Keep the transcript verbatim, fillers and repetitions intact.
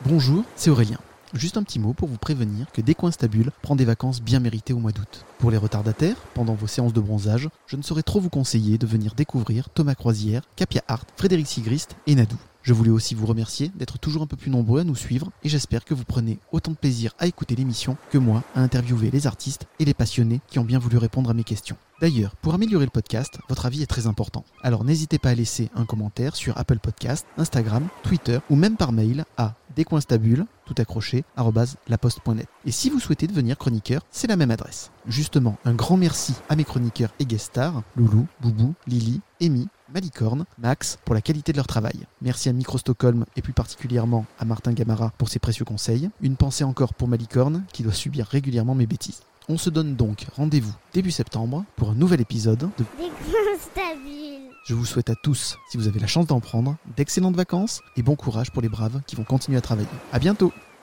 Bonjour, c'est Aurélien. Juste un petit mot pour vous prévenir que Décoinstabule prend des vacances bien méritées au mois d'août. Pour les retardataires, pendant vos séances de bronzage, je ne saurais trop vous conseiller de venir découvrir Thomas Croisière, Capia Hart, Frédéric Sigrist et Nadou. Je voulais aussi vous remercier d'être toujours un peu plus nombreux à nous suivre et j'espère que vous prenez autant de plaisir à écouter l'émission que moi à interviewer les artistes et les passionnés qui ont bien voulu répondre à mes questions. D'ailleurs, pour améliorer le podcast, votre avis est très important. Alors n'hésitez pas à laisser un commentaire sur Apple Podcast, Instagram, Twitter ou même par mail à décoinstabule, tout accroché, arobase laposte point net. Et si vous souhaitez devenir chroniqueur, c'est la même adresse. Justement, un grand merci à mes chroniqueurs et guest stars, Loulou, Boubou, Lily, Amy, Malicorne, Max, pour la qualité de leur travail. Merci à Micro Stockholm et plus particulièrement à Martin Gamara pour ses précieux conseils. Une pensée encore pour Malicorne qui doit subir régulièrement mes bêtises. On se donne donc rendez-vous début septembre pour un nouvel épisode de Décoinstabule. Je vous souhaite à tous, si vous avez la chance d'en prendre, d'excellentes vacances et bon courage pour les braves qui vont continuer à travailler. À bientôt!